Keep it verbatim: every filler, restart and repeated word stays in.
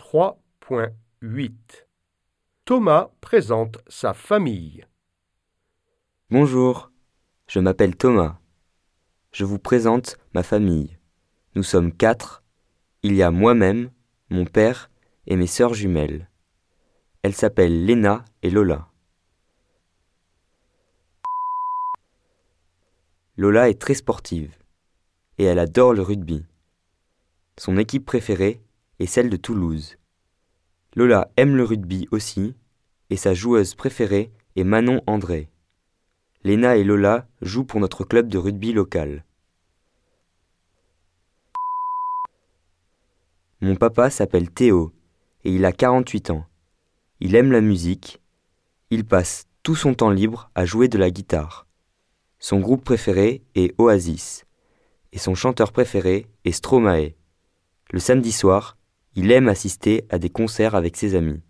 trois point huit. Thomas présente sa famille. Bonjour, je m'appelle Thomas. Je vous présente ma famille. Nous sommes quatre. Il y a moi-même, mon père et mes sœurs jumelles. Elles s'appellent Léna et Lola. Lola est très sportive et elle adore le rugby. Son équipe préférée est celle de Toulouse. Lola aime le rugby aussi et sa joueuse préférée est Manon André. Léna et Lola jouent pour notre club de rugby local. Mon papa s'appelle Théo et il a quarante-huit ans. Il aime la musique. Il passe tout son temps libre à jouer de la guitare. Son groupe préféré est Oasis et son chanteur préféré est Stromae. Le samedi soir, il aime assister à des concerts avec ses amis.